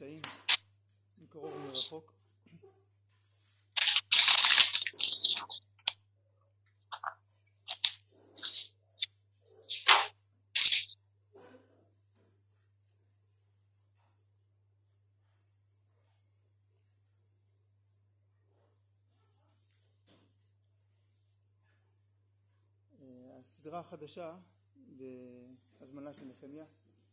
נמצאים מקרוב ומרחוק. הסדרה החדשה בהזמנה של נחמיה,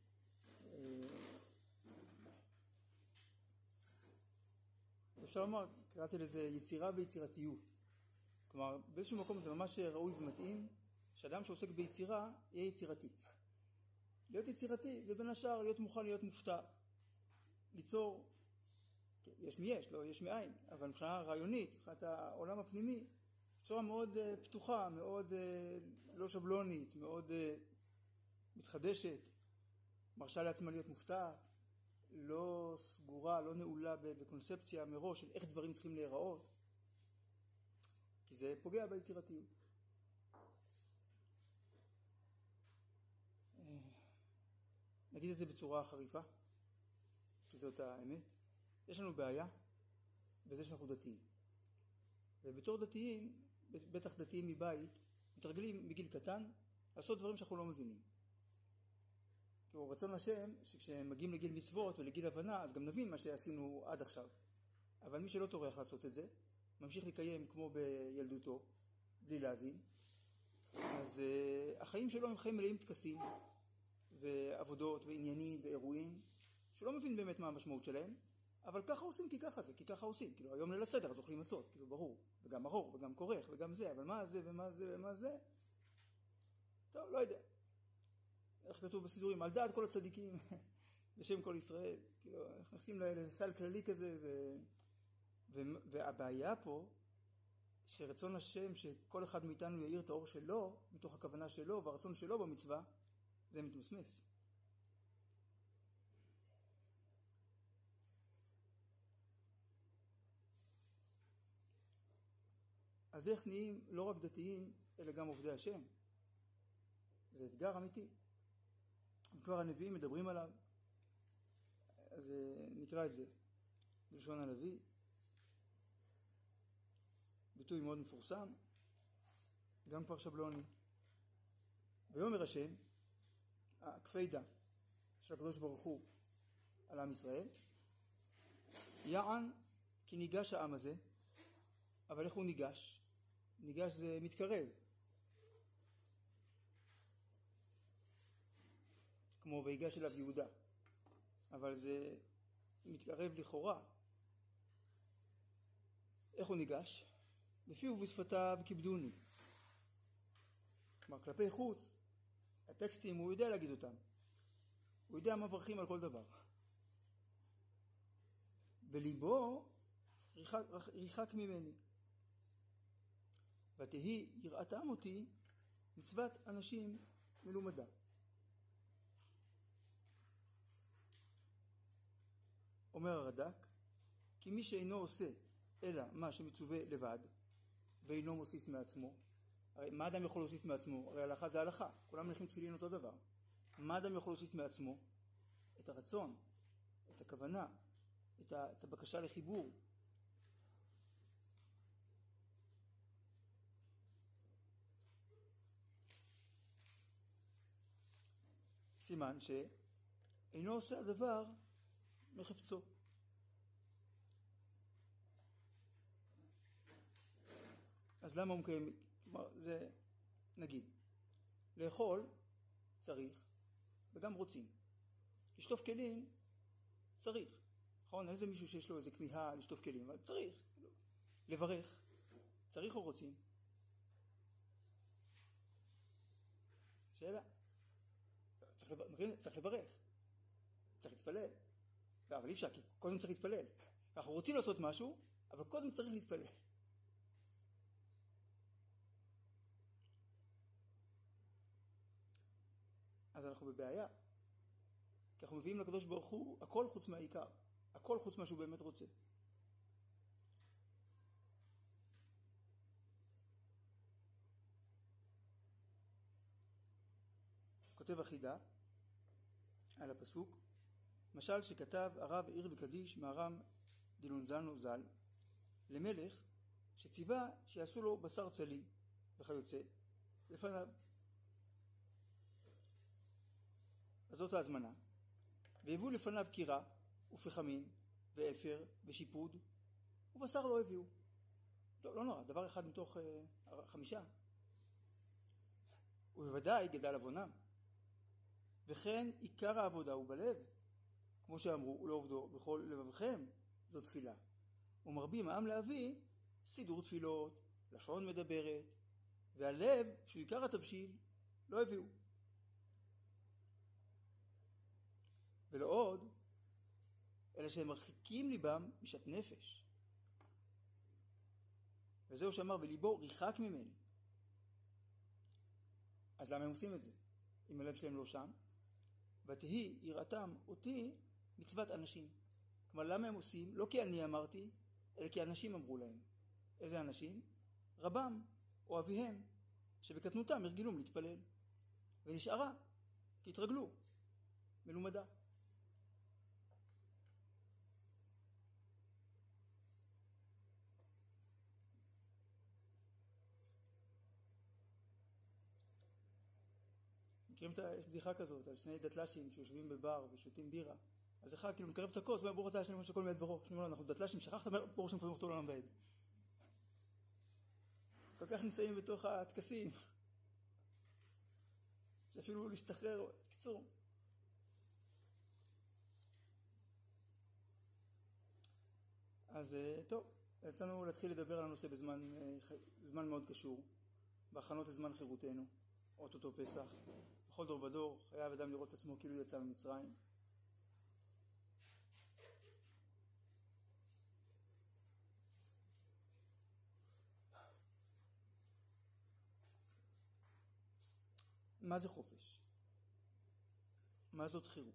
אפשר לומר, קראתי לזה יצירה ויצירתיות. כלומר, באיזשהו מקום זה ממש ראוי ומתאים שאדם שעוסק ביצירה יהיה יצירתי. להיות יצירתי זה בין השאר להיות מוכן להיות מופתע, ליצור, יש מיש, לא יש מאין, אבל מבחינה רעיונית, מבחינת העולם הפנימי, בצורה מאוד פתוחה, מאוד לא שבלונית, מאוד מתחדשת, מרשה לעצמה להיות מופתעת, לא סגורה, לא נעולה בקונספציה מראש של איך דברים צריכים להיראות, כי זה פוגע ביצירתיות. נגיד את זה בצורה חריפה, כי זאת האמת. יש לנו בעיה בזה שאנחנו דתיים. ובתור דתיים, בטח דתיים מבית, מתרגלים מגיל קטן לעשות דברים שאנחנו לא מבינים. כאילו רצון השם שכשמגיעים לגיל מצוות ולגיל הבנה אז גם נבין מה שעשינו עד עכשיו. אבל מי שלא טורח לעשות את זה, ממשיך לקיים כמו בילדותו, בלי להבין. אז החיים שלו הם חיים מלאים טקסים ועבודות ועניינים ואירועים, שהוא לא מבין באמת מה המשמעות שלהם, אבל ככה עושים כי ככה זה, כי ככה עושים. כאילו היום ליל הסדר אז אוכלים מצות, כאילו ברור, וגם ארור וגם כורך וגם זה, אבל מה זה ומה זה ומה זה? טוב, לא יודע. איך כתוב בסידורים, על דעת כל הצדיקים בשם כל ישראל, כאילו נכנסים לאיזה סל כללי כזה והבעיה פה שרצון השם שכל אחד מאיתנו יאיר את האור שלו מתוך הכוונה שלו והרצון שלו במצווה, זה מתמסמס. אז איך נהיים לא רק דתיים אלא גם עובדי השם? זה אתגר אמיתי. כבר הנביאים מדברים עליו, אז נקרא את זה בלשון הנביא, ביטוי מאוד מפורסם, גם כבר שבלוני. ויאמר השם, הכפידה של הקדוש ברוך הוא על עם ישראל, יען כי ניגש העם הזה, אבל איך הוא ניגש? ניגש זה מתקרב. כמו ויגש אליו יהודה, אבל זה מתקרב לכאורה. איך הוא ניגש? בפיו ובשפתיו כיבדוני. כלומר, כלפי חוץ, הטקסטים הוא יודע להגיד אותם. הוא יודע מה מברכים על כל דבר. וליבו ריחק ממני. ותהי יראתם אותי מצוות אנשים מלומדה. אומר הרד"ק, כי מי שאינו עושה אלא מה שמצווה לבד, ואינו מוסיף מעצמו, הרי מה אדם יכול להוסיף מעצמו? הרי הלכה זה הלכה, כולם מניחים תפילין אותו דבר. מה אדם יכול להוסיף מעצמו? את הרצון, את הכוונה, את הבקשה לחיבור. סימן שאינו עושה הדבר מחפצו. אז למה הוא מקיים? זה נגיד, לאכול צריך וגם רוצים. לשטוף כלים צריך. נכון? איזה מישהו שיש לו איזה כמיהה לשטוף כלים, אבל צריך. לברך צריך או רוצים? שאלה. צריך לברך. צריך להתפלל. לא, אבל אי אפשר, כי קודם צריך להתפלל. אנחנו רוצים לעשות משהו, אבל קודם צריך להתפלל. אז אנחנו בבעיה. כי אנחנו מביאים לקדוש ברוך הוא הכל חוץ מהעיקר. הכל חוץ מה שהוא באמת רוצה. כותב החידה על הפסוק, משל שכתב הרב עיר וקדיש מהר"ם דילונזנו ז"ל למלך שציווה שיעשו לו בשר צלי וכיוצא לפניו. אז זאת ההזמנה. והביאו לפניו קירה ופחמין ואפר ושיפוד, ובשר לא הביאו. טוב, לא נורא, דבר אחד מתוך 5. ובוודאי גדל עוונם. וכן עיקר העבודה הוא בלב, כמו שאמרו, ולעובדו בכל לבבכם זו תפילה. ומרבים העם להביא סידור תפילות, לשון מדברת, והלב, שהוא עיקר התבשיל, לא הביאו. ולא עוד, אלא שהם מרחיקים ליבם משאת נפש. וזהו שאמר בליבו ריחק ממני. אז למה הם עושים את זה? אם הלב שלהם לא שם. ותהי יראתם אותי מצוות אנשים. כלומר, למה הם עושים? לא כי אני אמרתי, אלא כי אנשים אמרו להם. איזה אנשים? רבם או אביהם, שבקטנותם הרגילום להתפלל. ונשארה, כי התרגלו, מלומדה. מכירים את הבדיחה כזאת על שני דתל"שים שיושבים בבר ושותים בירה, אז אחד כאילו מקרב את הכוס ואומר ברוך אתה השם שהכל מיד ברו. שנינו אנחנו דתל"שים, שכחת ברוך שם כבוד מחתול עולם ועד. כל כך נמצאים בתוך הטקסים שאפילו להשתחרר. קיצור, אז טוב, יצאנו להתחיל לדבר על הנושא בזמן מאוד קשור, בהכנות לזמן חירותנו, אוטוטו פסח. בכל דור ודור חייב אדם לראות את עצמו כאילו יצא ממצרים. מה זה חופש? מה זאת חירות?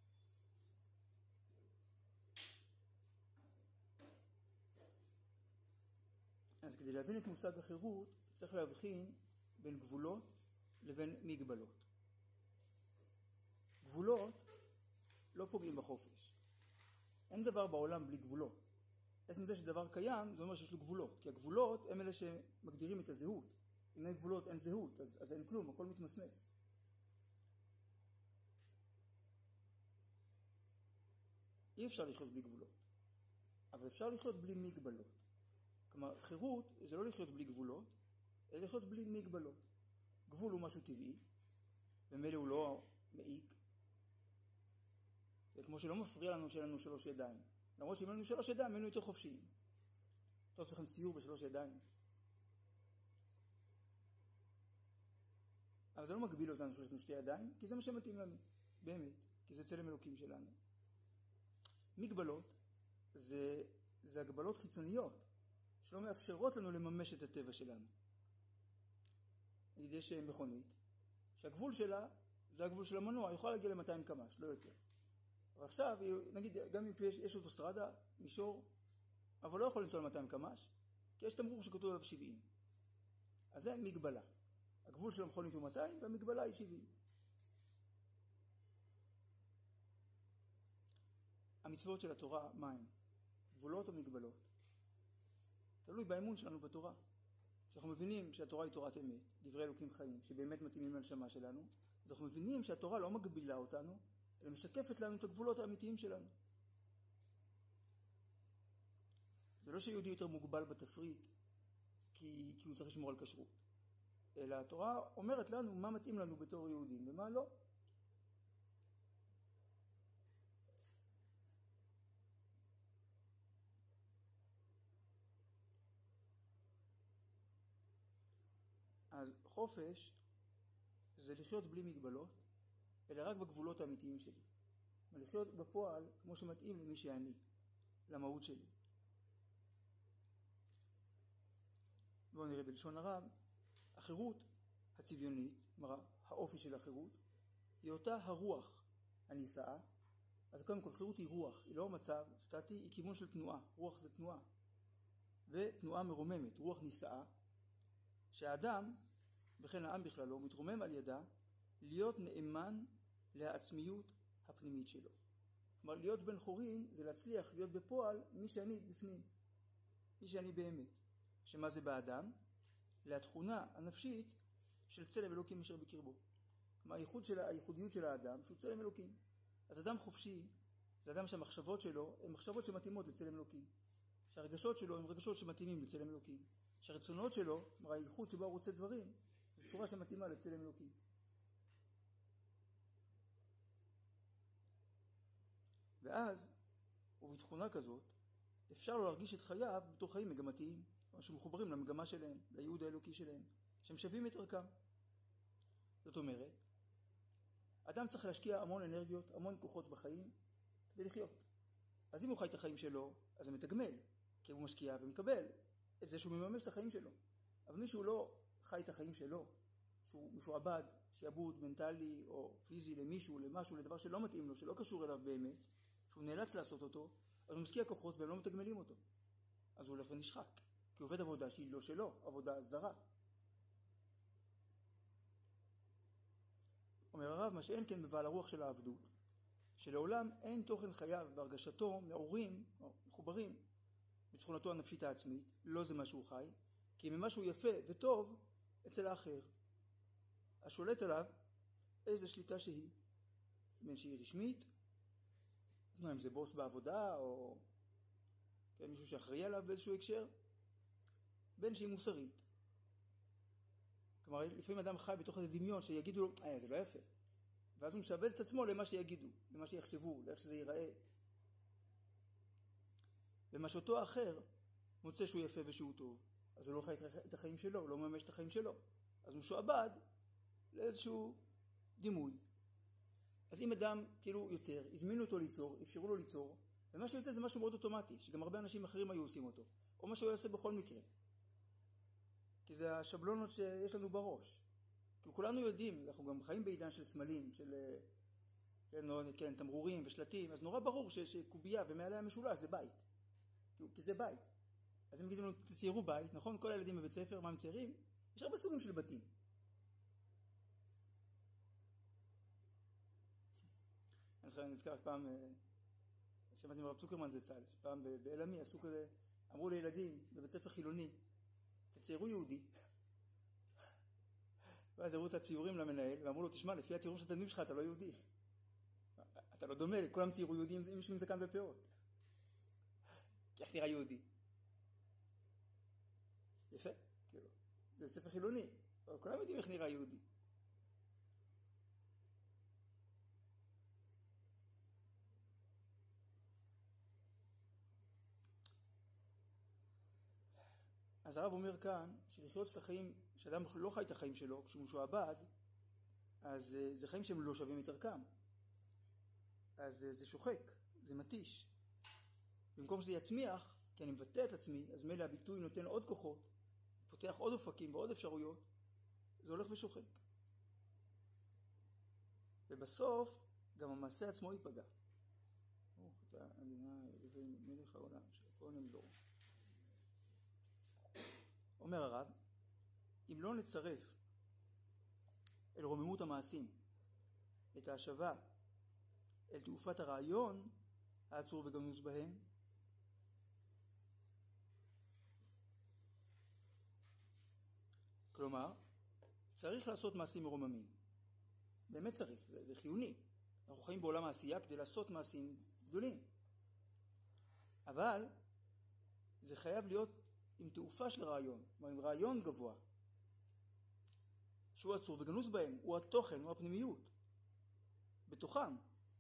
אז כדי להבין את מושג החירות צריך להבחין בין גבולות לבין מגבלות. גבולות לא פוגעים בחופש. אין דבר בעולם בלי גבולות. עצם זה שדבר קיים, זה אומר שיש לו גבולות, כי הגבולות הם אלה שמגדירים את הזהות. אם אין גבולות אין זהות, אז אין כלום, הכל מתמסמס. אי אפשר לחיות בלי גבולות, אבל אפשר לחיות בלי מגבלות. כלומר, חירות זה לא לחיות בלי גבולות, אלא לחיות בלי מגבלות. גבול הוא משהו טבעי, ומילא הוא לא מעיק. זה כמו שלא מפריע לנו שאין לנו 3 ידיים. למרות שאם לנו 3 ידיים, היינו יותר חופשיים. טוב, צריכים ציור ב3 ידיים. אבל זה לא מגביל אותנו שיש לנו 2 ידיים, כי זה מה שמתאים לנו, באמת, כי זה צלם אלוקים שלנו. מגבלות זה הגבלות חיצוניות, שלא מאפשרות לנו לממש את הטבע שלנו. נגיד יש מכונית, שהגבול שלה, זה הגבול של המנוע, היא יכולה להגיע ל200 קמ"ש, לא יותר. אבל עכשיו, נגיד, גם אם יש אוטוסטרדה, מישור, אבל לא יכול לנסוע ל200 קמ"ש, כי יש תמרור שכתוב עליו 70. אז זה מגבלה. הגבול של המכונית הוא 200, והמגבלה היא 70. המצוות של התורה, מה הן? גבולות או מגבלות? תלוי באמון שלנו בתורה. כשאנחנו מבינים שהתורה היא תורת אמת, דברי אלוקים חיים, שבאמת מתאימים לנשמה שלנו, אז אנחנו מבינים שהתורה לא מגבילה אותנו, אלא משקפת לנו את הגבולות האמיתיים שלנו. זה לא שיהודי יותר מוגבל בתפריט, כי הוא צריך לשמור על כשרות. אלא התורה אומרת לנו מה מתאים לנו בתור יהודים ומה לא. אז חופש זה לחיות בלי מגבלות, אלא רק בגבולות האמיתיים שלי. ולחיות בפועל כמו שמתאים למי שאני, למהות שלי. בואו נראה בלשון הרב, החירות הצביונית, כלומר האופי של החירות, היא אותה הרוח הנישאה. אז קודם כל חירות היא רוח, היא לא מצב סטטי, היא כיוון של תנועה. רוח זה תנועה. ותנועה מרוממת, רוח נישאה, שהאדם, וכן העם בכללו, מתרומם על ידה להיות נאמן לעצמיות הפנימית שלו. כלומר, להיות בן חורין זה להצליח להיות בפועל מי שאני בפנים, מי שאני באמת. שמה זה באדם? לתכונה הנפשית של צלם אלוקים אשר בקרבו. כלומר, הייחודיות של האדם שהוא צלם אלוקים. אז אדם חופשי זה אדם שהמחשבות שלו הן מחשבות שמתאימות לצלם אלוקים. שהרגשות שלו הן רגשות שמתאימים לצלם אלוקים. שהרצונות שלו, כלומר הייחוד שבו הוא רוצה דברים, זו צורה שמתאימה לצלם אלוקים. ואז, ובתכונה כזאת, אפשר לו להרגיש את חייו בתור חיים מגמתיים, שמחוברים למגמה שלהם, לייעוד האלוקי שלהם, שהם שווים את ערכם. זאת אומרת, אדם צריך להשקיע המון אנרגיות, המון כוחות בחיים, כדי לחיות. אז אם הוא חי את החיים שלו, אז הוא מתגמל, כי הוא משקיע ומקבל את זה שהוא מממש את החיים שלו. אבל מי שהוא לא חי את החיים שלו, שהוא משועבד, שיעבוד מנטלי או פיזי למישהו, למשהו, לדבר שלא מתאים לו, שלא קשור אליו באמת, שהוא נאלץ לעשות אותו, אז הוא משקיע כוחות והם לא מתגמלים אותו. אז הוא הולך ונשחק, כי הוא עובד עבודה שהיא לא שלו, עבודה זרה. אומר הרב, מה שאין כן בבעל הרוח של העבדות, שלעולם אין תוכן חייו והרגשתו מעורים או מחוברים בתכונתו הנפשית העצמית, לא זה מה שהוא חי, כי אם משהו יפה וטוב אצל האחר. השולט עליו איזו שליטה שהיא, בין שהיא רשמית, אם זה בוס בעבודה או כן, מישהו שאחראי עליו באיזשהו הקשר, בין שהיא מוסרית. כלומר, לפעמים אדם חי בתוך איזה דמיון שיגידו לו, זה לא יפה. ואז הוא משעבד את עצמו למה שיגידו, למה שיחשבו, לאיך שזה ייראה. ומה שאותו האחר מוצא שהוא יפה ושהוא טוב, אז הוא לא חי את החיים שלו, הוא לא ממש את החיים שלו. אז הוא משועבד לאיזשהו דימוי. אז אם אדם כאילו יוצר, הזמינו אותו ליצור, אפשרו לו ליצור, ומה שיוצא זה משהו מאוד אוטומטי, שגם הרבה אנשים אחרים היו עושים אותו, או מה שהוא יעשה בכל מקרה. כי זה השבלונות שיש לנו בראש. כי כולנו יודעים, אנחנו גם חיים בעידן של סמלים, של כן, תמרורים ושלטים, אז נורא ברור שקובייה ומעליה משולש זה בית. כי זה בית. אז הם יגידו לנו, תציירו בית, נכון? כל הילדים בבית ספר, מה הם ציירים? יש הרבה סוגים של בתים. אני נזכר פעם, שמעתי מרב צוקרמן זה צה"ל, פעם באלמי עשו כזה, אמרו לילדים בבית ספר חילוני, תציירו יהודי. ואז הראו את הציורים למנהל, ואמרו לו, תשמע, לפי הציורים של התלמידים שלך אתה לא יהודי. אתה לא דומה, כולם ציירו יהודים עם מישהו עם זקן ופאות. כי איך נראה יהודי? יפה, כאילו. זה בית ספר חילוני, אבל כולם יודעים איך נראה יהודי. אז הרב אומר כאן, שלחיות את החיים, שאדם לא חי את החיים שלו, כשהוא משועבד, אז זה חיים שהם לא שווים את ערכם. אז זה שוחק, זה מתיש. במקום שזה יצמיח, כי אני מבטא את עצמי, אז מילא הביטוי נותן עוד כוחות, פותח עוד אופקים ועוד אפשרויות, זה הולך ושוחק. ובסוף, גם המעשה עצמו ייפגע. ברוך אתה אדוני אלוהינו מלך העולם, שהכל נמדור. אומר הרב, אם לא נצרף אל רוממות המעשים את ההשבה אל תעופת הרעיון העצור וגנוז בהם, כלומר, צריך לעשות מעשים מרוממים. באמת צריך, זה חיוני. אנחנו חיים בעולם העשייה כדי לעשות מעשים גדולים. אבל זה חייב להיות עם תעופה של רעיון, כלומר עם רעיון גבוה, שהוא עצור וגנוז בהם, הוא התוכן, הוא הפנימיות, בתוכם.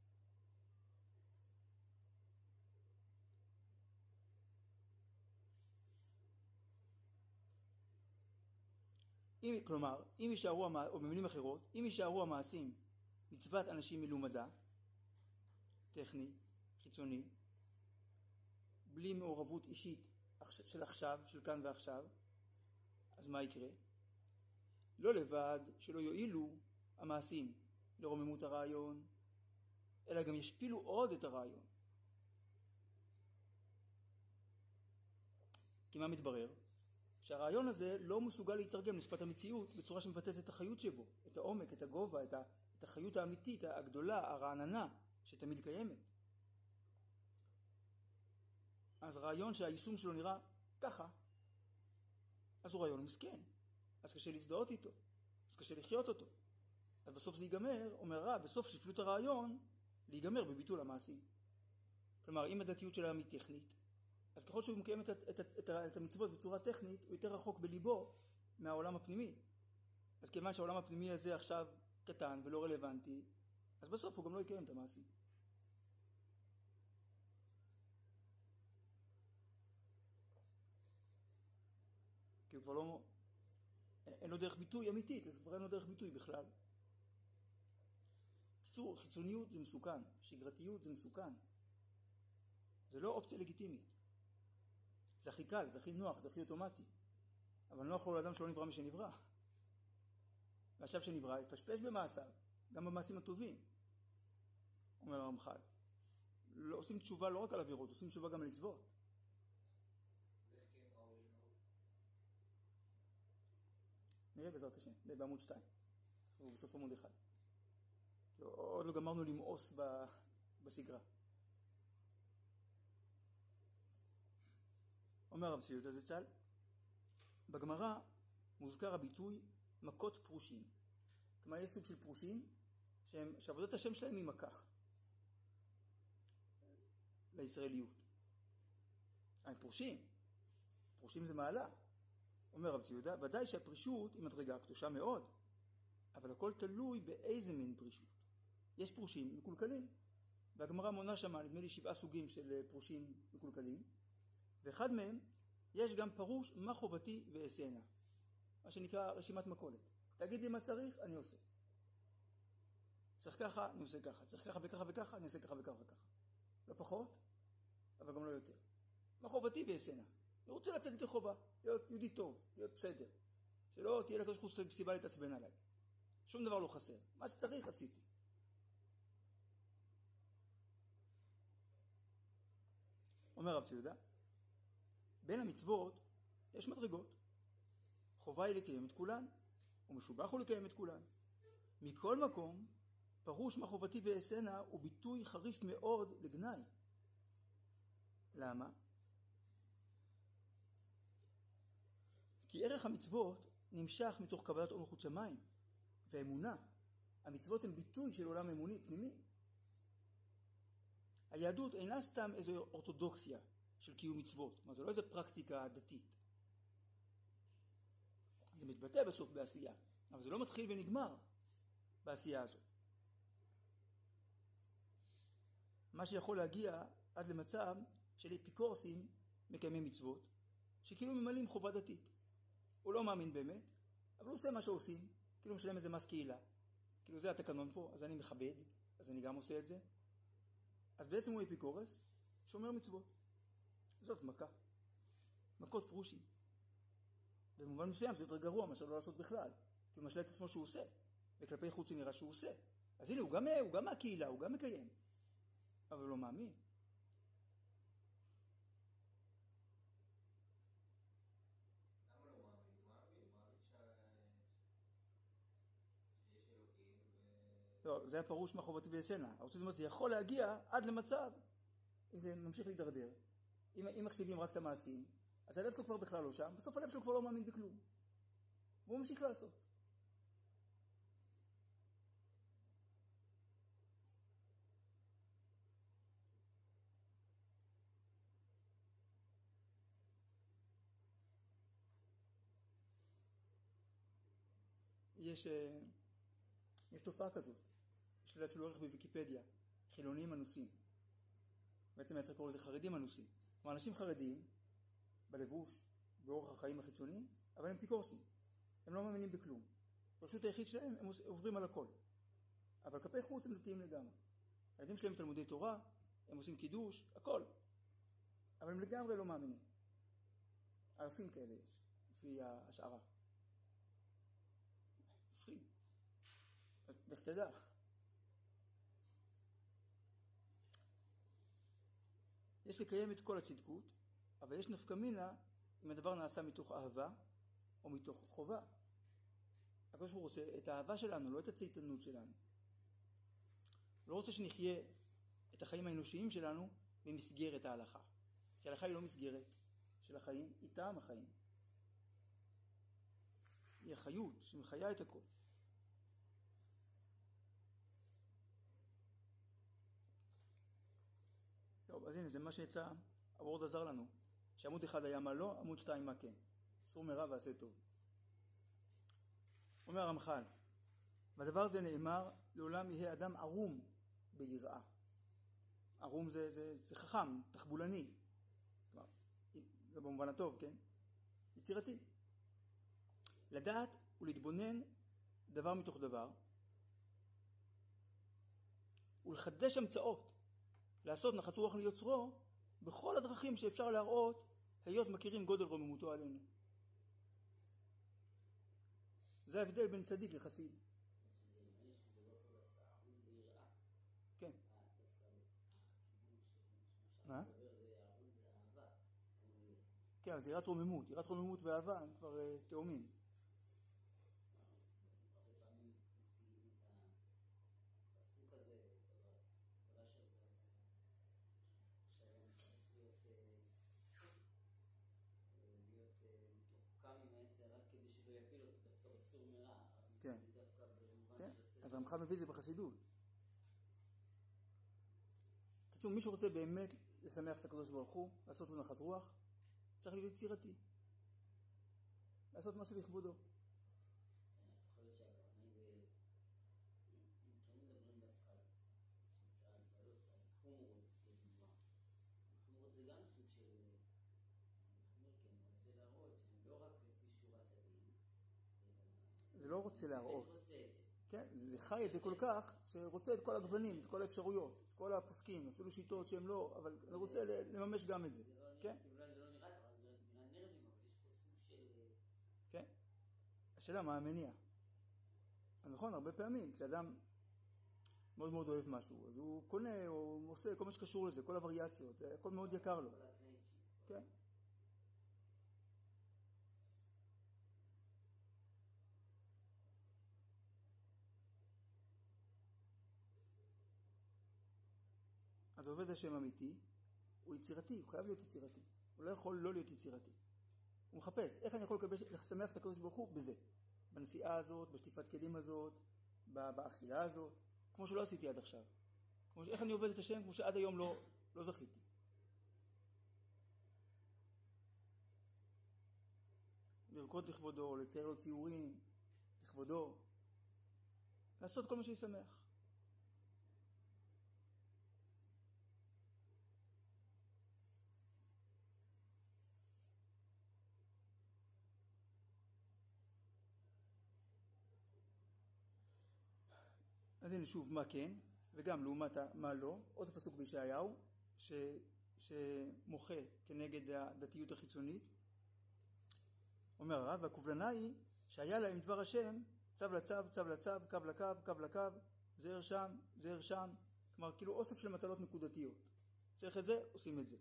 כלומר, אם יישארו, או במילים אחרות, אם יישארו המעשים מצוות אנשים מלומדה, טכני, חיצוני, בלי מעורבות אישית של עכשיו, של כאן ועכשיו, אז מה יקרה? לא לבד שלא יועילו המעשים לרוממות הרעיון, אלא גם ישפילו עוד את הרעיון. כי מה מתברר? שהרעיון הזה לא מסוגל להתרגם לשפת המציאות בצורה שמבטאת את החיות שבו, את העומק, את הגובה, את החיות האמיתית, הגדולה, הרעננה, שתמיד קיימת. אז רעיון שהיישום שלו נראה ככה, אז הוא רעיון מסכן, אז קשה להזדהות איתו, אז קשה לחיות אותו. אז בסוף זה ייגמר, אומר רב, בסוף שפלות הרעיון, להיגמר בביטול המעשים. כלומר, אם הדתיות שלהם היא טכנית, אז ככל שהוא מקיים את המצוות בצורה טכנית, הוא יותר רחוק בליבו מהעולם הפנימי. אז כיוון שהעולם הפנימי הזה עכשיו קטן ולא רלוונטי, אז בסוף הוא גם לא יקיים את המעשים. כי הוא כבר לא... אין לו דרך ביטוי אמיתית, אז כבר אין לו דרך ביטוי בכלל. בקיצור, חיצוניות זה מסוכן, שגרתיות זה מסוכן. זה לא אופציה לגיטימית. זה הכי קל, זה הכי נוח, זה הכי אוטומטי. אבל נוח לו לאדם שלא נברא מי שנברא. ועכשיו שנברא, יפשפש במעשיו, גם במעשים הטובים. אומר הרמח"ל. לא, עושים תשובה לא רק על עבירות, עושים תשובה גם על מצוות. נראה בעזרת השם, בעמוד 2, ובסוף עמוד 1. עוד לא גמרנו למאוס בסגרה. אומר הרב צבי יהודה זצ"ל, בגמרא מוזכר הביטוי מכות פרושים. כלומר, יש סוג של פרושים שעבודת השם שלהם היא מכה לישראליות. הם פרושים. פרושים זה מעלה. אומר הרב צבי יהודה, ודאי שהפרישות היא מדרגה קדושה מאוד, אבל הכל תלוי באיזה מין פרישות. יש פרושים מקולקלים, והגמרא מונה שמה, נדמה לי 7 סוגים של פרושים מקולקלים, ואחד מהם יש גם פרוש מה חובתי ואעשנה, מה שנקרא רשימת מכולת. תגיד לי מה צריך, אני עושה. צריך ככה, אני עושה ככה. צריך ככה וככה וככה, אני עושה ככה וככה וככה. לא פחות, אבל גם לא יותר. מה חובתי ואעשנה. אני רוצה לצאת איתי חובה, להיות יהודי טוב, להיות בסדר. שלא תהיה לקדוש ברוך הוא סיבה להתעצבן עליי. שום דבר לא חסר. מה שצריך עשיתי. אומר רב צבי יהודה, בין המצוות יש מדרגות. חובה היא לקיים את כולן, ומשובח הוא לקיים את כולן. מכל מקום, פרוש מה חובתי ואעשנה הוא ביטוי חריף מאוד לגנאי. למה? כי ערך המצוות נמשך מתוך קבלת עול מלכות שמיים ואמונה. המצוות הן ביטוי של עולם אמוני פנימי. היהדות אינה סתם איזו אורתודוקסיה של קיום מצוות. כלומר, זה לא איזו פרקטיקה דתית. זה מתבטא בסוף בעשייה, אבל זה לא מתחיל ונגמר בעשייה הזאת. מה שיכול להגיע עד למצב של אפיקורסים מקיימים מצוות, שכאילו ממלאים חובה דתית. הוא לא מאמין באמת, אבל הוא עושה מה שעושים, כאילו משלם איזה מס קהילה. כאילו זה התקנון פה, אז אני מכבד, אז אני גם עושה את זה. אז בעצם הוא אפיקורס, שומר מצוות. זאת מכה. מכות פרושים. במובן מסוים זה יותר גרוע מאשר לא לעשות בכלל. כי הוא משלה את עצמו שהוא עושה, וכלפי חוץ הוא נראה שהוא עושה. אז הנה, הוא גם מהקהילה, הוא גם מקיים. אבל הוא לא מאמין. למה לא מאמין? הוא מאמין שיש אלוקים לא, זה היה פרוש מהחובתי ואעשנה. הרב צבי זה יכול להגיע עד למצב, אם זה ממשיך להידרדר. אם מחשיבים רק את המעשים, אז הלב שלו כבר בכלל לא שם, בסוף הלב שלו כבר לא מאמין בכלום. והוא ממשיך לעשות. יש תופעה כזאת, יש לזה אפילו ערך בוויקיפדיה, חילונים אנוסים. בעצם היה צריך לקרוא לזה חרדים אנוסים. כלומר, אנשים חרדים, בלבוש, באורח החיים החיצוני, אבל הם אפיקורסים. הם לא מאמינים בכלום. פשוט היחיד שלהם, הם עוברים על הכל. אבל כלפי חוץ הם דתיים לגמרי. הילדים שלהם תלמודי תורה, הם עושים קידוש, הכל. אבל הם לגמרי לא מאמינים. אלפים כאלה יש, לפי ההשערה. מפחיד. אז לך תדע. יש לקיים את כל הצדקות, אבל יש נפקא מינה אם הדבר נעשה מתוך אהבה או מתוך חובה. הקדוש ברוך הוא רוצה את האהבה שלנו, לא את הצייתנות שלנו. לא רוצה שנחיה את החיים האנושיים שלנו במסגרת ההלכה. כי ההלכה היא לא מסגרת של החיים, היא טעם החיים. היא החיות שמחיה את הכל. טוב, אז הנה, זה מה שיצא, הוורד עזר לנו. שעמוד אחד היה מה לא, עמוד 2 מה כן. סור מרע ועשה טוב. אומר הרמח"ל, והדבר הזה נאמר, לעולם יהיה אדם ערום ביראה. ערום זה חכם, תחבולני. זה במובן הטוב, כן? יצירתי. לדעת ולהתבונן דבר מתוך דבר, ולחדש המצאות, לעשות נחת רוח ליוצרו, בכל הדרכים שאפשר להראות, היות מכירים גודל רוממותו עלינו. זה ההבדל בין צדיק לחסיד. כן. מה? כן, אז יראת רוממות. יראת רוממות ואהבה הם כבר תאומים. כן. אז הרמח"ל מביא את זה בחסידות. קיצור, מי שרוצה באמת לשמח את הקדוש ברוך הוא, לעשות לו נחת רוח, צריך להיות יצירתי. לעשות משהו לכבודו. יכול להיות שהרבנים, אם כן מדברים דווקא, שאפשר להתבלות על חומרות, לדוגמה. חומרות זה גם סוג של, אני רוצה להראות שהם לא רק לפי שורת הדין, זה לא רוצה להראות. רוצה את זה. כן, זה חי את זה כל כך, שרוצה את כל הגוונים, את כל האפשרויות, את כל הפוסקים, אפילו שיטות שהם לא, אבל אני רוצה לממש גם את זה. כן? אולי זה לא נראה ככה, זה נראה נרבים, אבל יש פה סוג של... כן. השאלה, מה המניע? אז נכון, הרבה פעמים, כשאדם מאוד מאוד אוהב משהו, אז הוא קונה או עושה כל מה שקשור לזה, כל הווריאציות, הכל מאוד יקר לו. כן. אז עובד השם אמיתי, הוא יצירתי, הוא חייב להיות יצירתי. הוא לא יכול לא להיות יצירתי. הוא מחפש, איך אני יכול לשמח את הקדוש ברוך הוא בזה. בנסיעה הזאת, בשטיפת כלים הזאת, באכילה הזאת, כמו שלא עשיתי עד עכשיו. איך אני עובד את השם כמו שעד היום לא זכיתי. לרקוד לכבודו, לצייר לו ציורים, לכבודו. לעשות כל מה שישמח. אז הנה שוב מה כן, וגם לעומת מה לא, עוד פסוק בישעיהו, שמוחה כנגד הדתיות החיצונית. אומר הרב, והקובלנה היא שהיה להם דבר השם, צו לצו, צו לצו, קו לקו, קו לקו, זהר שם, זהר שם, כלומר כאילו אוסף של מטלות נקודתיות. צריך את זה, עושים את זה.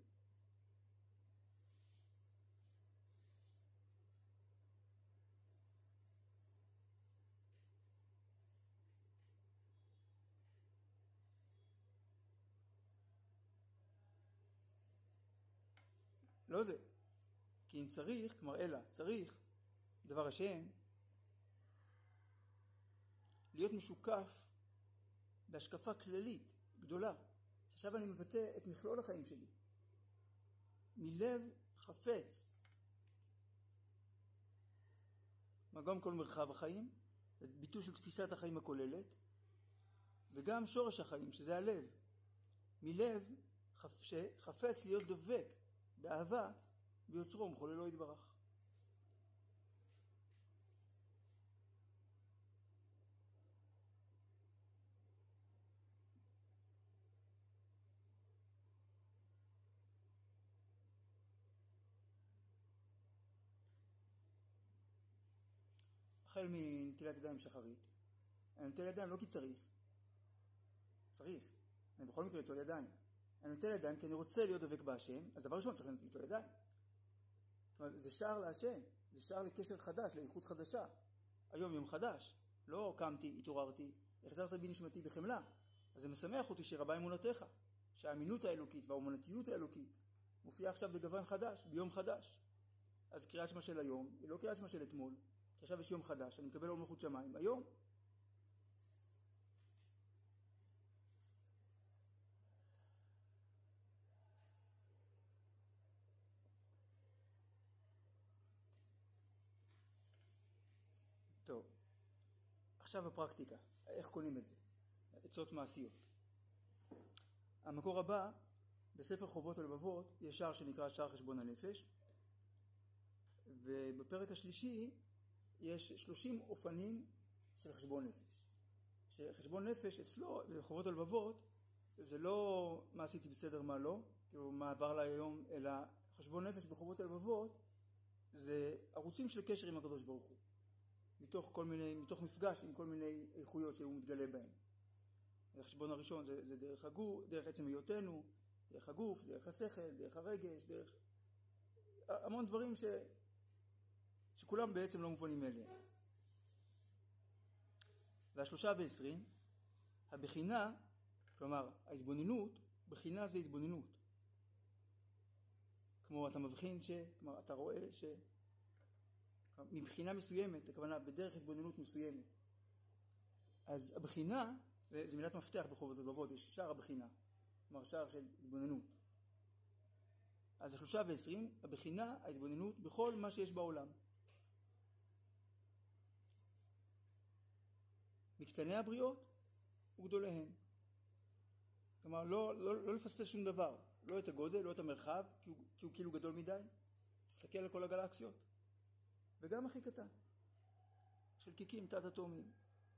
לא זה. כי אם צריך, כלומר אלא, צריך דבר השם להיות משוקף בהשקפה כללית, גדולה. עכשיו אני מבטא את מכלול החיים שלי. מלב חפץ. גם כל מרחב החיים, ביטוי של תפיסת החיים הכוללת, וגם שורש החיים, שזה הלב. מלב שחפץ להיות דבק באהבה ביוצרו ומחוללו יתברך. החל מנטילת ידיים שחרית, אני נוטל ידיים לא כי צריך, אני בכל מקרה נוטל ידיים. אני נוטל ידיים כי אני רוצה להיות דבק בהשם, אז דבר ראשון צריך לנטול ידיים. כלומר, זה שער להשם, זה שער לקשר חדש, לאיכות חדשה. היום יום חדש, לא קמתי, התעוררתי, החזרת בי נשמתי בחמלה. אז זה משמח אותי שרבה אמונתך, שהאמינות האלוקית והאומנתיות האלוקית מופיעה עכשיו בגוון חדש, ביום חדש. אז קריאת שמע של היום היא לא קריאת שמע של אתמול, כי עכשיו יש יום חדש, אני מקבל עול מלכות שמיים היום. טוב, עכשיו הפרקטיקה, איך קונים את זה? עצות מעשיות. המקור הבא, בספר חובות הלבבות, יש שער שנקרא שער חשבון הנפש, ובפרק השלישי יש 30 אופנים של חשבון נפש. שחשבון נפש אצלו, בחובות הלבבות, זה לא מה עשיתי בסדר מה לא, כאילו מה עבר לה היום, אלא חשבון נפש בחובות הלבבות, זה ערוצים של קשר עם הקדוש ברוך הוא. מתוך מפגש עם כל מיני איכויות שהוא מתגלה בהם. החשבון הראשון זה דרך הגוף, דרך עצם היותנו, דרך הגוף, דרך השכל, דרך הרגש, דרך המון דברים שכולם בעצם לא מובנים אליהם. וה23, הבחינה, כלומר ההתבוננות, בחינה זה התבוננות. כמו אתה מבחין כלומר אתה רואה מבחינה מסוימת, הכוונה בדרך התבוננות מסוימת. אז הבחינה, זה מילת מפתח בחובות הלבבות, יש שער הבחינה, כלומר שער של התבוננות. אז ה23, הבחינה, ההתבוננות בכל מה שיש בעולם. מקטני הבריות וגדוליהן. כלומר לא לפספס שום דבר, לא את הגודל, לא את המרחב, כי הוא כאילו גדול מדי. תסתכל על כל הגלקסיות. וגם הכי קטן, חלקיקים תת אטומיים.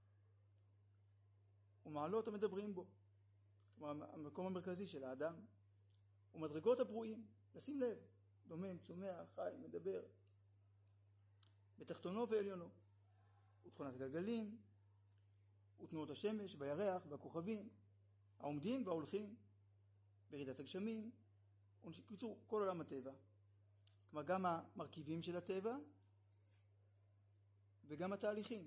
ומעלות המדברים בו, כלומר המקום המרכזי של האדם, ומדרגות הברואים, לשים לב, דומם, צומח, חי, מדבר, בתחתונו ועליונו, ותכונת הגלגלים, ותנועות השמש והירח והכוכבים, העומדים וההולכים, בירידת הגשמים, ובקיצור, כל עולם הטבע. כלומר גם המרכיבים של הטבע, וגם התהליכים.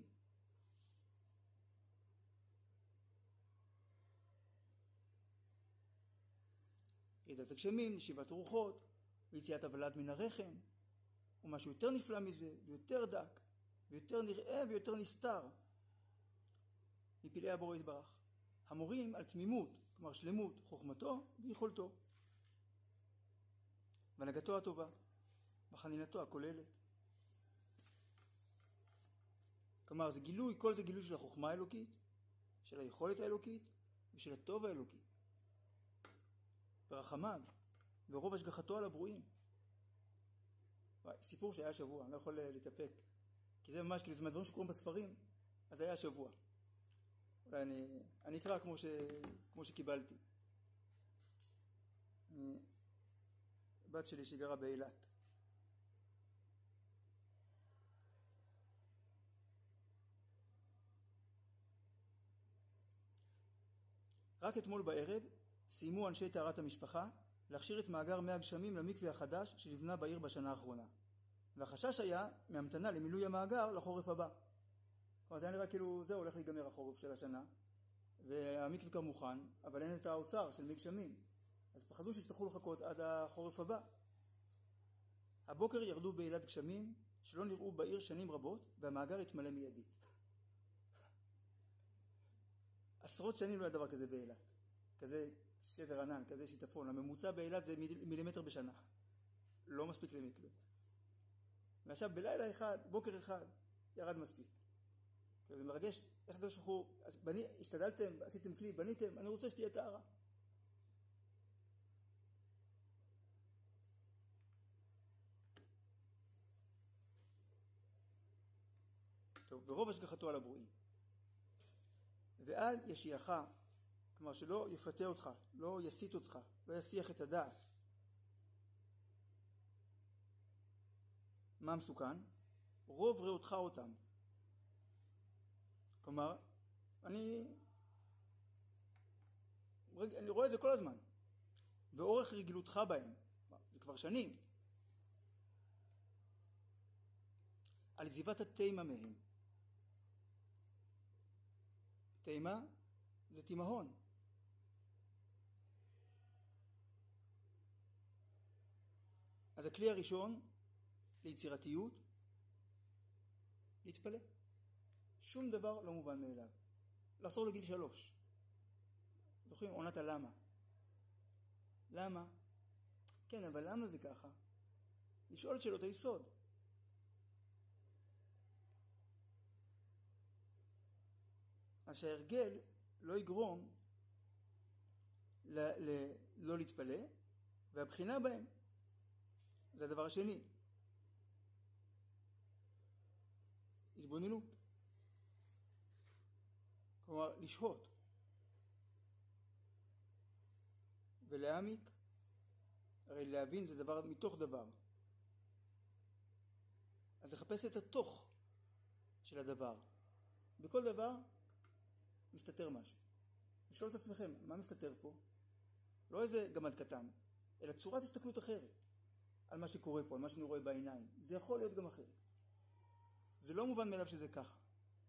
ירידת הגשמים, נשיבת רוחות, ויציאת הוולד מן הרחם, ומשהו יותר נפלא מזה, ויותר דק, ויותר נראה ויותר נסתר, מפלאי הבורא יתברך. המורים על תמימות, כלומר שלמות, חוכמתו ויכולתו. והנהגתו הטובה, בחנינתו הכוללת. כלומר, זה גילוי, כל זה גילוי של החוכמה האלוקית, של היכולת האלוקית ושל הטוב האלוקי. ברחמיו ורוב השגחתו על הברואים. סיפור שהיה שבוע, אני לא יכול להתאפק. כי זה ממש, כאילו זה מהדברים שקוראים בספרים, אז היה שבוע. אולי אני אקרא כמו שקיבלתי. בת שלי שגרה באילת. רק אתמול בערב סיימו אנשי טהרת המשפחה להכשיר את מאגר מי הגשמים למקווה החדש שנבנה בעיר בשנה האחרונה. והחשש היה מהמתנה למילוי המאגר לחורף הבא. כלומר זה היה נראה כאילו זהו הולך להיגמר החורף של השנה והמקווה כבר מוכן, אבל אין את האוצר של מי גשמים. אז פחדו שיצטרכו לחכות עד החורף הבא. הבוקר ירדו באילת גשמים שלא נראו בעיר שנים רבות והמאגר התמלא מיידית. עשרות שנים לא היה דבר כזה באילת. כזה שבר ענן, כזה שיטפון. הממוצע באילת זה מילימטר בשנה. לא מספיק למקווה. ועכשיו בלילה אחד, בוקר אחד, ירד מספיק. זה מרגש, איך אתם שכחו, השתדלתם, עשיתם כלי, בניתם, אני רוצה שתהיה טהרה. טוב, ורוב השגחתו על הברואים. ואל ישיעך, כלומר שלא יפתה אותך, לא יסיט אותך, לא יסיח את הדעת. מה מסוכן? רוב ראותך אותם. כלומר, אני רואה את זה כל הזמן. ואורך רגלותך בהם, זה כבר שנים. על עזיבת התימה מהם. תימה זה תימהון. אז הכלי הראשון ליצירתיות, להתפלא. שום דבר לא מובן מאליו. לחזור לגיל 3. זוכרים? עונת הלמה. למה? כן, אבל למה זה ככה? לשאול את שאלות היסוד. אז שההרגל לא יגרום לא להתפלא, והבחינה בהם. זה הדבר השני. התבוננות. כלומר, לשהות. ולהעמיק. הרי להבין זה דבר מתוך דבר. אז לחפש את התוך של הדבר. בכל דבר מסתתר משהו. לשאול את עצמכם, מה מסתתר פה? לא איזה גמד קטן, אלא צורת הסתכלות אחרת על מה שקורה פה, על מה שאני רואה בעיניים. זה יכול להיות גם אחרת. זה לא מובן מאליו שזה ככה.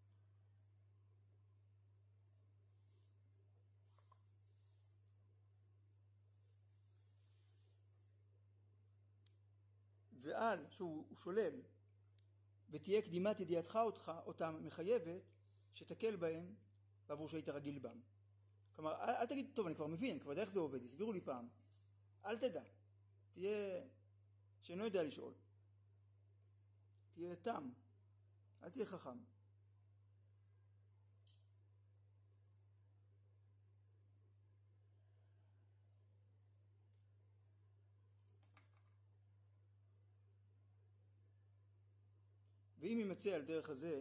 ועל שהוא שולל ותהיה קדימת ידיעתך אותם מחייבת שתקל בהם בעבור שהיית רגיל בם. כלומר, אל תגיד, טוב, אני כבר מבין, כבר יודע איך זה עובד, הסבירו לי פעם. אל תדע. תהיה, שאינו יודע לשאול. תהיה תם. אל תהיה חכם. ואם יימצא על דרך הזה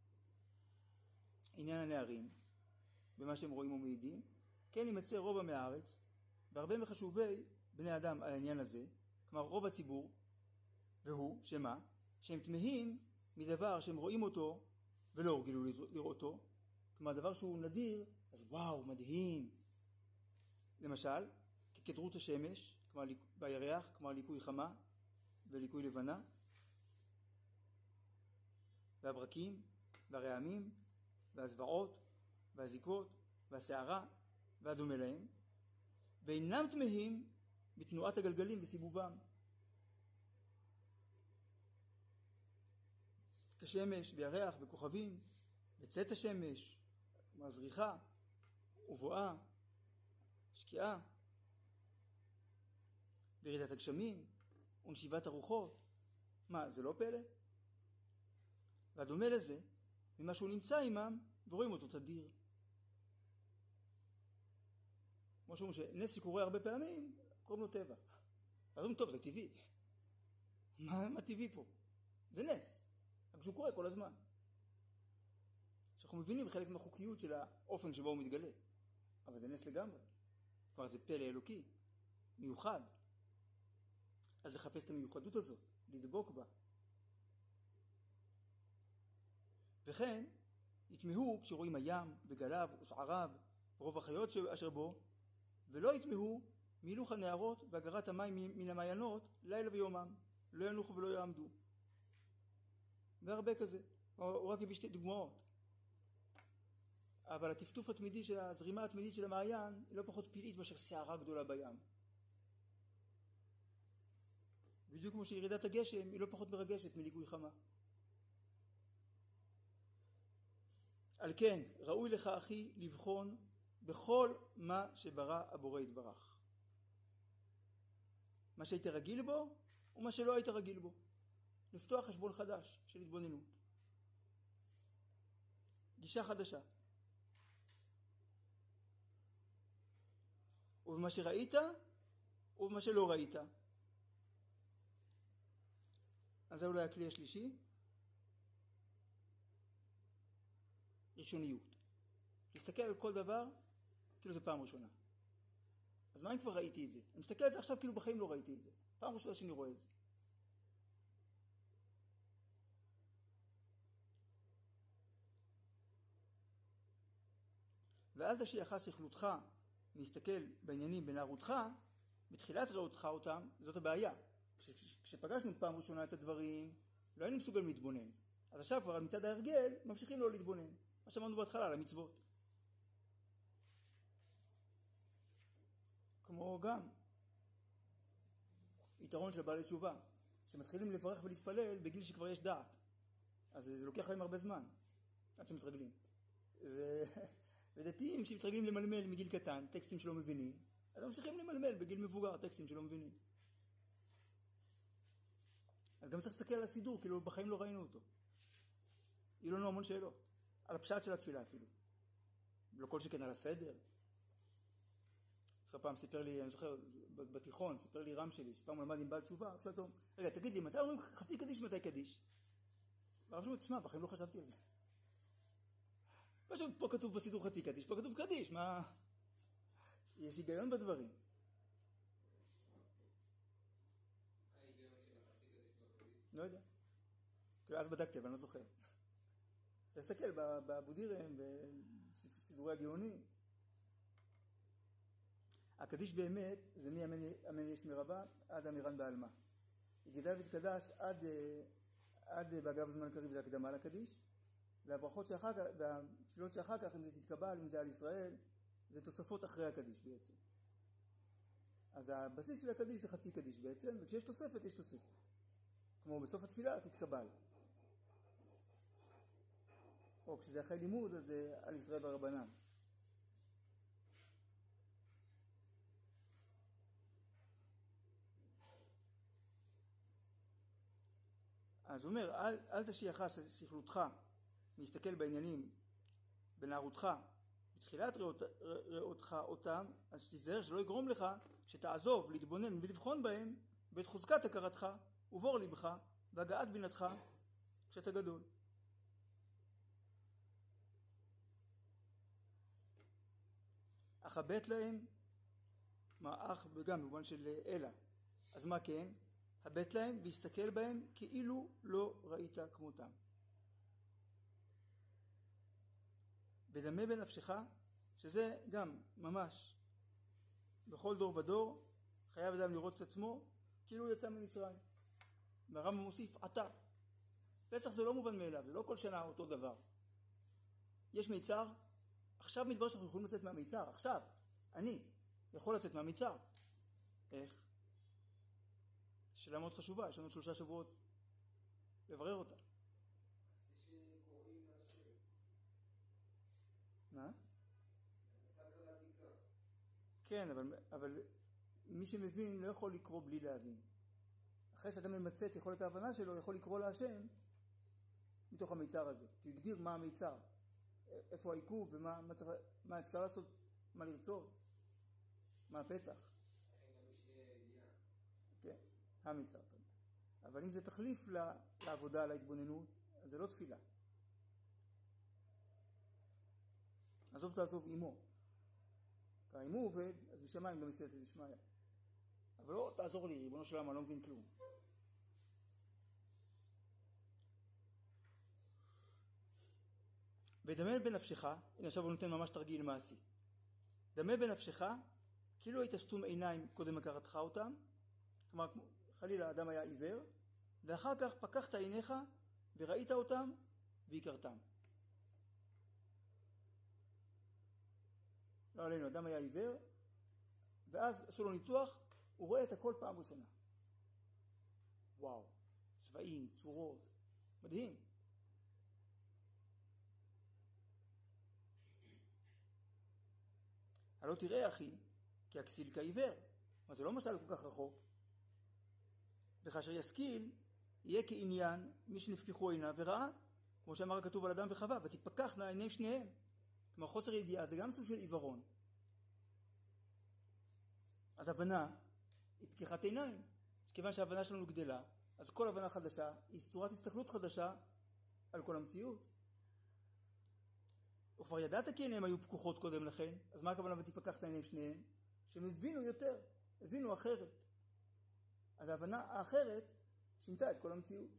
עניין הנערים, במה שהם רואים ומעידים, כן יימצא רוב עמי הארץ, והרבה מחשובי בני אדם על העניין הזה, כלומר רוב הציבור, והוא, שמה? שהם תמהים מדבר שהם רואים אותו ולא הורגלו לראותו, כלומר דבר שהוא נדיר, אז וואו, מדהים. למשל, ככדרות השמש, כלומר בירח, כלומר ליקוי חמה וליקוי לבנה, והברקים, והרעמים, והזוועות, והזיקות, והשערה, והדומה להם, ואינם תמהים בתנועת הגלגלים וסיבובם. כשמש וירח וכוכבים, וצאת השמש, כלומר זריחה, ובואה, שקיעה, וירידת הגשמים, ונשיבת הרוחות. מה, זה לא פלא? והדומה לזה, ממה שהוא נמצא עמם, ורואים אותו תדיר. כמו שאומרים שנס שקורה הרבה פעמים, קוראים לו טבע. אז אומרים, טוב, זה טבעי. מה טבעי פה? זה נס. רק שהוא קורה כל הזמן. שאנחנו מבינים חלק מהחוקיות של האופן שבו הוא מתגלה. אבל זה נס לגמרי. כבר זה פלא אלוקי, מיוחד. אז לחפש את המיוחדות הזאת, לדבוק בה. וכן, יתמהו כשרואים הים וגליו ושעריו ורוב החיות אשר בו, ולא יתמהו מהילוך הנהרות והגרת המים מן המעיינות לילה ויומם, לא ינוחו ולא יעמדו. והרבה כזה, הוא רק הביא שתי דוגמאות. אבל הטפטוף התמידי של הזרימה התמידית של המעיין היא לא פחות פלאית מאשר שערה גדולה בים. בדיוק כמו שירידת הגשם היא לא פחות מרגשת מליקוי חמה. על כן, ראוי לך אחי לבחון בכל מה שברא הבורא יתברך. מה שהיית רגיל בו ומה שלא היית רגיל בו. לפתוח חשבון חדש של התבוננות. גישה חדשה. ובמה שראית ובמה שלא ראית. אז זה אולי הכלי השלישי. ראשוניות. להסתכל על כל דבר כאילו זה פעם ראשונה. אז מה אם כבר ראיתי את זה? אני מסתכל על זה עכשיו כאילו בחיים לא ראיתי את זה. פעם ראשונה שאני רואה את זה. ואל תשייך שכלותך להסתכל בעניינים בנערותך, בתחילת ראותך אותם, זאת הבעיה. כשפגשנו פעם ראשונה את הדברים, לא היינו מסוגלים להתבונן. אז עכשיו כבר מצד ההרגל ממשיכים לא להתבונן. מה שאמרנו בהתחלה על המצוות. כמו גם יתרון של בעלי תשובה, שמתחילים לברך ולהתפלל בגיל שכבר יש דעת. אז זה לוקח להם הרבה זמן, עד שמתרגלים. ודתיים שמתרגלים למלמל מגיל קטן, טקסטים שלא מבינים, אז הם ממשיכים למלמל בגיל מבוגר, טקסטים שלא מבינים. אז גם צריך להסתכל על הסידור, כאילו בחיים לא ראינו אותו. יהיו לנו המון שאלות, על הפשט של התפילה אפילו. לא כל שכן על הסדר. פעם סיפר לי, אני זוכר, בתיכון, סיפר לי רם שלי, שפעם הוא למד עם בעל תשובה, הוא שאל אותו, רגע, תגיד לי, מתי אומרים חצי קדיש, מתי קדיש? והרב שלו, תשמע, בחיים לא חשבתי על זה. פשוט פה כתוב בסידור חצי קדיש, פה כתוב קדיש, מה? יש היגיון בדברים. ההיגיון של החצי קדיש בקדיש? לא יודע. כאילו, אז בדקתי, אבל אני לא זוכר. צריך להסתכל בבודירם, בסידורי הגאונים. הקדיש באמת זה מאמן יש מרבה עד אמירן בעלמה. יגידה והתקדש עד בהגלה בזמן קריב זה הקדמה לקדיש, והברכות שאחר כך, והתפילות שאחר כך, אם זה תתקבל, אם זה על ישראל, זה תוספות אחרי הקדיש בעצם. אז הבסיס של הקדיש זה חצי קדיש בעצם, וכשיש תוספת, יש תוספת. כמו בסוף התפילה, תתקבל. או כשזה אחרי לימוד, אז זה על ישראל ברבנן. אז הוא אומר, אל תשייך שכלותך מסתכל בעניינים בנערותך, בתחילת ראותך אותם, אז תיזהר שלא יגרום לך שתעזוב להתבונן ולבחון בהם בית חוזקת הכרתך ובור לבך והגעת בינתך כשאתה גדול. אך הבט להם, מה אך וגם במובן של אלא, אז מה כן? הבט להם והסתכל בהם כאילו לא ראית כמותם. ודמה בנפשך, שזה גם ממש בכל דור ודור חייב אדם לראות את עצמו כאילו הוא יצא ממצרים. והרמב"ם מוסיף עתה. פסח זה לא מובן מאליו, זה לא כל שנה אותו דבר. יש מיצר, עכשיו מדבר שאנחנו יכולים לצאת מהמיצר, עכשיו אני יכול לצאת מהמיצר. איך? שאלה מאוד חשובה, יש לנו 3 שבועות לברר אותה. שקוראים להשם. מה? סקרא עתיקה. כן, אבל מי שמבין לא יכול לקרוא בלי להבין. אחרי שאדם ממצא את יכולת ההבנה שלו, יכול לקרוא להשם מתוך המיצר הזה. כי הוא הגדיר מה המיצר, איפה העיכוב מה אפשר לעשות, מה לרצות, מה הפתח. לכן גם יש ידיעה. כן, המיצר. אבל אם זה תחליף לעבודה, להתבוננות, אז זה לא תפילה. עזוב תעזוב עמו. כי אם הוא עובד, אז בשמיים גם מסייעת לשמיה. אבל לא תעזור לי, ריבונו של עולם, אני לא מבין כלום. ודמה בנפשך, הנה עכשיו הוא נותן ממש תרגיל מעשי. דמה בנפשך, כאילו היית סתום עיניים קודם הכרתך אותם, כלומר חלילה האדם היה עיוור, ואחר כך פקחת עיניך וראית אותם והכרתם. לא עלינו, אדם היה עיוור, ואז עשו לו ניתוח, הוא רואה את הכל פעם ראשונה. וואו, צבעים, צורות, מדהים. הלא תראה אחי, כי הכסיל כעיוור. אבל זה לא משל כל כך רחוק. וכאשר ישכיל, יהיה כעניין מי שנפקחו עיניו וראה, כמו שאמר הכתוב על אדם וחווה, ותפקחנה עיניהם שניהם. כלומר חוסר ידיעה זה גם סוג של עיוורון. אז הבנה היא פקיחת עיניים. אז כיוון שההבנה שלנו גדלה, אז כל הבנה חדשה היא צורת הסתכלות חדשה על כל המציאות. וכבר ידעת כי עיניהם היו פקוחות קודם לכן, אז מה הכוונה ותפקחת עיניהם שניהם? שהם הבינו יותר, הבינו אחרת. אז ההבנה האחרת שינתה את כל המציאות.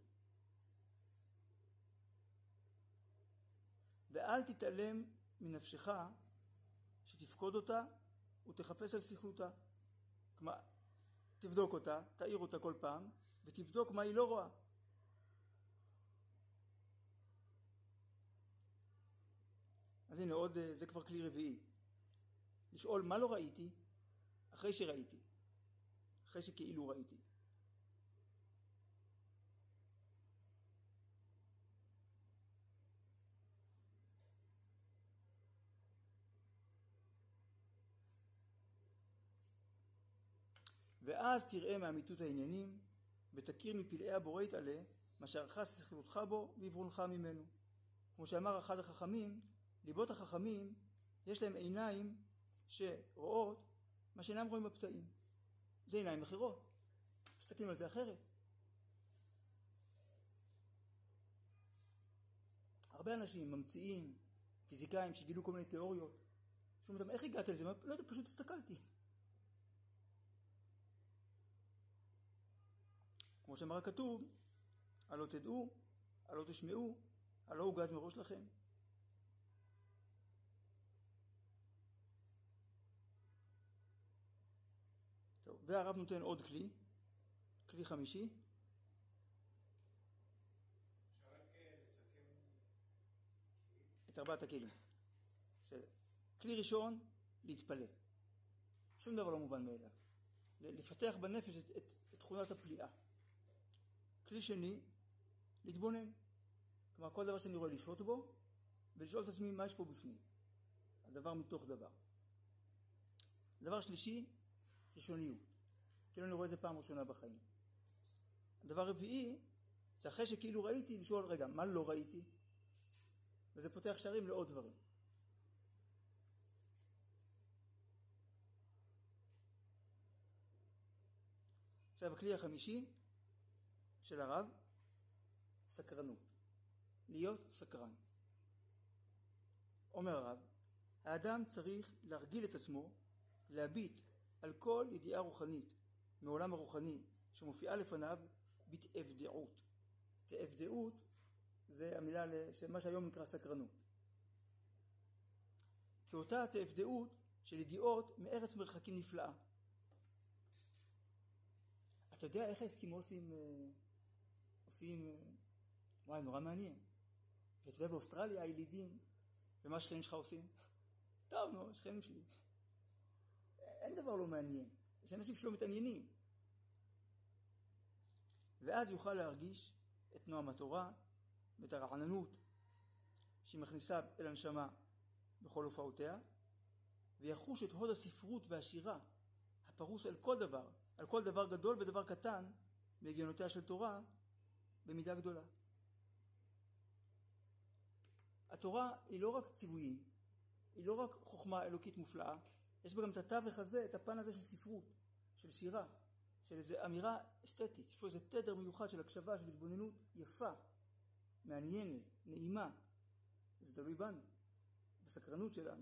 ואל תתעלם מנפשך שתפקוד אותה ותחפש על שכלותה. כלומר, תבדוק אותה, תאיר אותה כל פעם, ותבדוק מה היא לא רואה. אז הנה עוד, זה כבר כלי רביעי. לשאול מה לא ראיתי אחרי שראיתי. אחרי שכאילו ראיתי. ואז תראה מאמיתות העניינים, ותכיר מפלאי הבורא יתעלה, מה שערכה שכלותך בו ועברונך ממנו. כמו שאמר אחד החכמים, ליבות החכמים יש להם עיניים שרואות מה שאינם רואים בפתאים. זה עיניים אחרות. מסתכלים על זה אחרת. הרבה אנשים ממציאים, פיזיקאים שגילו כל מיני תיאוריות, שואלים אותם, איך הגעת לזה? לא יודע, פשוט הסתכלתי. כמו שאמר הכתוב, הלא תדעו, הלא תשמעו, הלא הוגד מראש לכם. טוב, והרב נותן עוד כלי, כלי חמישי. אפשר רק לסכם את ארבעת הכלים. בסדר. כלי ראשון, להתפלא. שום דבר לא מובן מאליו. לפתח בנפש את תכונת הפליאה. כלי שני, להתבונן. כלומר, כל דבר שאני רואה לשהות בו, ולשאול את עצמי מה יש פה בפנים. הדבר מתוך דבר. דבר שלישי, ראשוניות. כאילו אני רואה את זה פעם ראשונה בחיים. הדבר רביעי, זה אחרי שכאילו ראיתי, לשאול, רגע, מה לא ראיתי? וזה פותח שערים לעוד דברים. עכשיו, הכלי החמישי של הרב, סקרנות. להיות סקרן. אומר הרב, האדם צריך להרגיל את עצמו, להביט על כל ידיעה רוחנית מעולם הרוחני שמופיעה לפניו בהתאבדעות. תאבדעות זה המילה מה שהיום נקרא סקרנות. כאותה תאבדעות של ידיעות מארץ מרחקים נפלאה. אתה יודע איך האסקימוסים עושים, וואי, נורא מעניין. ואתה יודע, באוסטרליה הילידים, ומה השכנים שלך עושים? טוב, נו, השכנים שלי. אין דבר לא מעניין. יש אנשים שלא מתעניינים. ואז יוכל להרגיש את נועם התורה ואת הרעננות שהיא מכניסה אל הנשמה בכל הופעותיה, ויחוש את הוד הספרות והשירה הפרוס על כל דבר גדול ודבר קטן בהגיונותיה של תורה במידה גדולה. התורה היא לא רק ציוויים, היא לא רק חוכמה אלוקית מופלאה, יש בה גם את התווך הזה, את הפן הזה של ספרות, של שירה, של איזו אמירה אסתטית. יש פה איזה תדר מיוחד של הקשבה, של התבוננות יפה, מעניינת, נעימה. זה תלוי בנו, בסקרנות שלנו.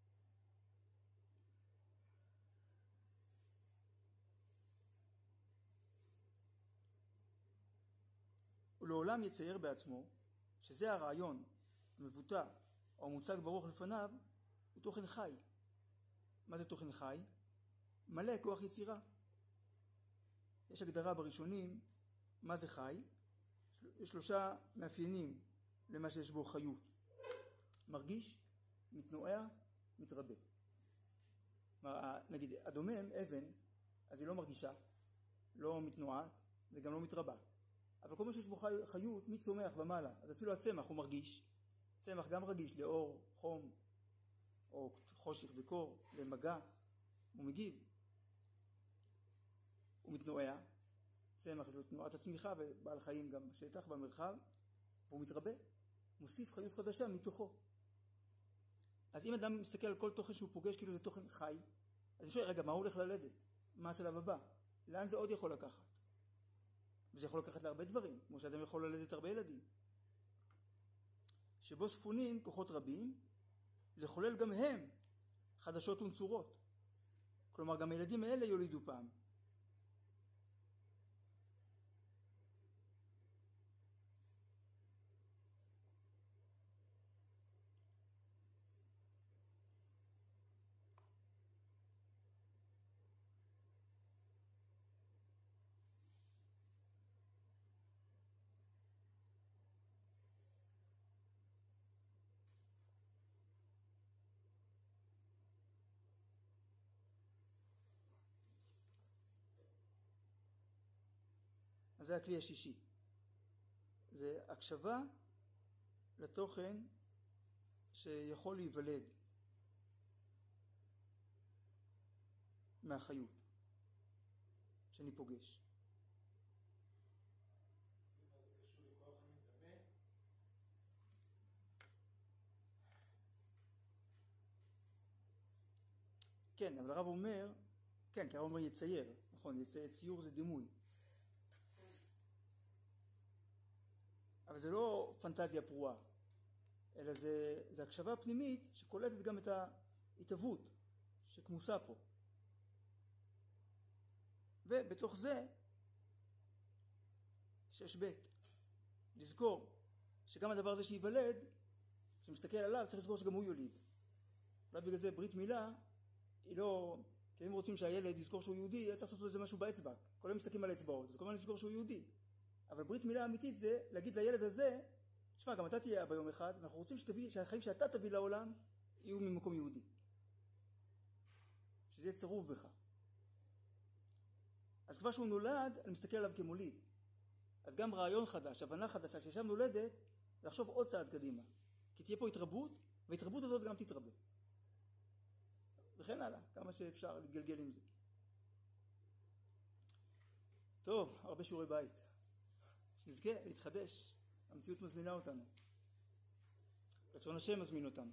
ולעולם יצייר בעצמו שזה הרעיון המבוטא או המוצג ברוח לפניו הוא תוכן חי. מה זה תוכן חי? מלא כוח יצירה. יש הגדרה בראשונים מה זה חי. יש 3 מאפיינים למה שיש בו חיות. מרגיש, מתנועע, מתרבה. נגיד, הדומם, אבן, אז היא לא מרגישה, לא מתנועעת וגם לא מתרבה. אבל כל מה שיש בו חיות, מצומח ומעלה, אז אפילו הצמח הוא מרגיש. צמח גם רגיש לאור, חום, או חושך וקור, למגע, הוא מגיב. הוא מתנועע, צמח יש לו תנועת הצמיחה ובעל חיים גם בשטח, במרחב, והוא מתרבה, מוסיף חיות חדשה מתוכו. אז אם אדם מסתכל על כל תוכן שהוא פוגש, כאילו זה תוכן חי, אז אני שואל, רגע, מה הוא הולך ללדת? מה השלב הבא? לאן זה עוד יכול לקחת? וזה יכול לקחת להרבה דברים, כמו שאדם יכול ללדת הרבה ילדים. שבו ספונים כוחות רבים, לחולל גם הם חדשות ונצורות. כלומר, גם הילדים האלה יולידו פעם. אז זה הכלי השישי. זה הקשבה לתוכן שיכול להיוולד מהחיות. שאני פוגש. כן, אבל הרב אומר, כן, כי הרב אומר יצייר, נכון, ציור זה דימוי. אבל זה לא פנטזיה פרועה, אלא זה הקשבה פנימית שקולטת גם את ההתהוות שכמוסה פה. ובתוך זה, 6ב, לזכור שגם הדבר הזה שיוולד, כשמשתכל עליו, צריך לזכור שגם הוא יוליד. אולי בגלל זה ברית מילה, היא לא, כי אם רוצים שהילד יזכור שהוא יהודי, צריך לעשות לזה משהו באצבע. כל הם מסתכלים על האצבעות, אז כמובן לזכור שהוא יהודי. אבל ברית מילה אמיתית זה להגיד לילד הזה, תשמע, גם אתה תהיה אבא יום אחד, ואנחנו רוצים שהחיים שאתה תביא לעולם יהיו ממקום יהודי. שזה יהיה צרוב בך. אז כבר שהוא נולד, אני מסתכל עליו כמוליד. אז גם רעיון חדש, הבנה חדשה, ששם נולדת, לחשוב עוד צעד קדימה. כי תהיה פה התרבות, וההתרבות הזאת גם תתרבה. וכן הלאה, כמה שאפשר להתגלגל עם זה. טוב, הרבה שיעורי בית. שנזכה להתחדש, המציאות מזמינה אותנו. רצון השם מזמין אותנו.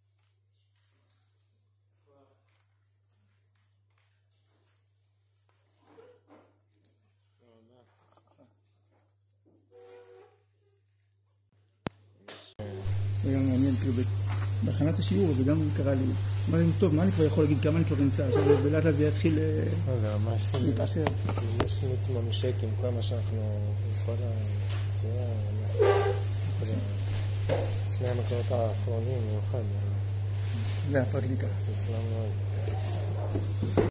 זה גם מעניין, כאילו בהכנת השיעור זה גם קרה לי, אמרתי, טוב, מה אני כבר יכול להגיד, כמה אני כבר נמצא, ולאט לאט זה יתחיל להתעשר. יש מתממשק עם כל מה שאנחנו, כל היצירה, שני המקורות האחרונים מיוחד. זה הפרקטיקה. נפלא מאוד.